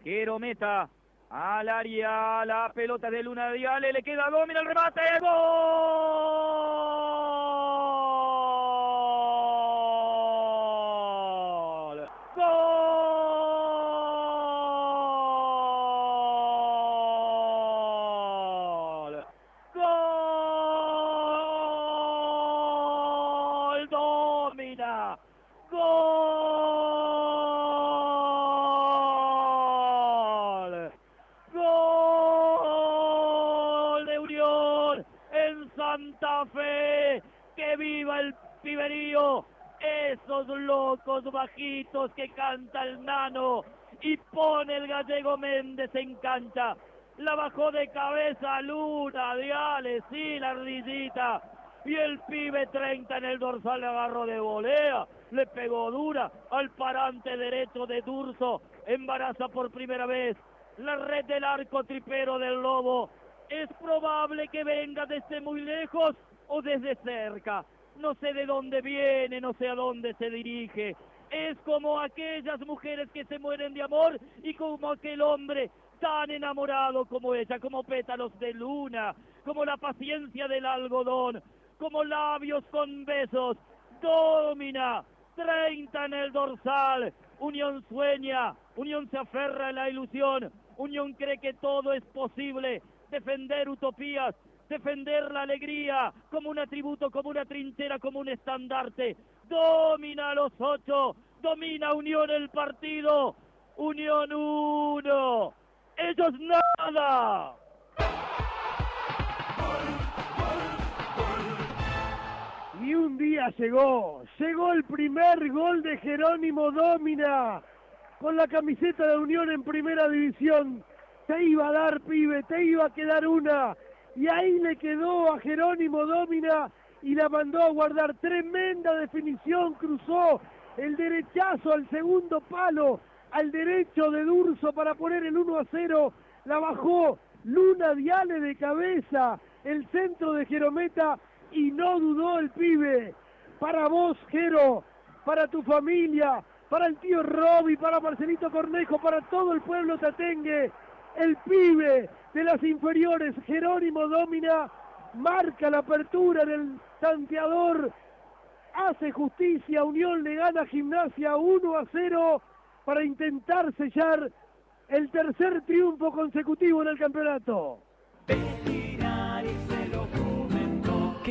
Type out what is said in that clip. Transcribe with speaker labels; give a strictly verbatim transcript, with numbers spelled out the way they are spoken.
Speaker 1: Jerometa al área, la pelota de Luna Viale, le queda Domina el remate, ¡gol! ¡Gol! ¡Gol! Domina, ¡gol! ¡Gol de Unión en Santa Fe! ¡Que viva el piberío! Esos locos bajitos que canta el nano y pone el gallego Méndez en cancha. La bajó de cabeza Luna Viale, sí, la ardillita. Y el pibe treinta en el dorsal le agarró de volea, le pegó dura al parante derecho de Durso, embaraza por primera vez la red del arco tripero del Lobo. Es probable que venga desde muy lejos o desde cerca. No sé de dónde viene, no sé a dónde se dirige. Es como aquellas mujeres que se mueren de amor y como aquel hombre tan enamorado como ella, como pétalos de luna, como la paciencia del algodón, como labios con besos. Domina, treinta en el dorsal. Unión sueña, Unión se aferra a la ilusión, Unión cree que todo es posible. Defender utopías, defender la alegría como un atributo, como una trinchera, como un estandarte. Domina a los ocho, domina Unión el partido. Unión uno, ellos nada.
Speaker 2: Y un día llegó, llegó el primer gol de Jerónimo Domina, con la camiseta de Unión en primera división. Te iba a dar, pibe, te iba a quedar una, y ahí le quedó a Jerónimo Domina y la mandó a guardar. Tremenda definición, cruzó el derechazo al segundo palo, al derecho de Durso para poner el uno a cero, la bajó Luna Viale de cabeza, el centro de Jerometa, y no dudó el pibe. Para vos, Jero, para tu familia, para el tío Roby, para Marcelito Cornejo, para todo el pueblo tatengue, el pibe de las inferiores, Jerónimo Domina, marca la apertura en el tanteador, hace justicia. Unión le gana a Gimnasia uno a cero para intentar sellar el tercer triunfo consecutivo en el campeonato.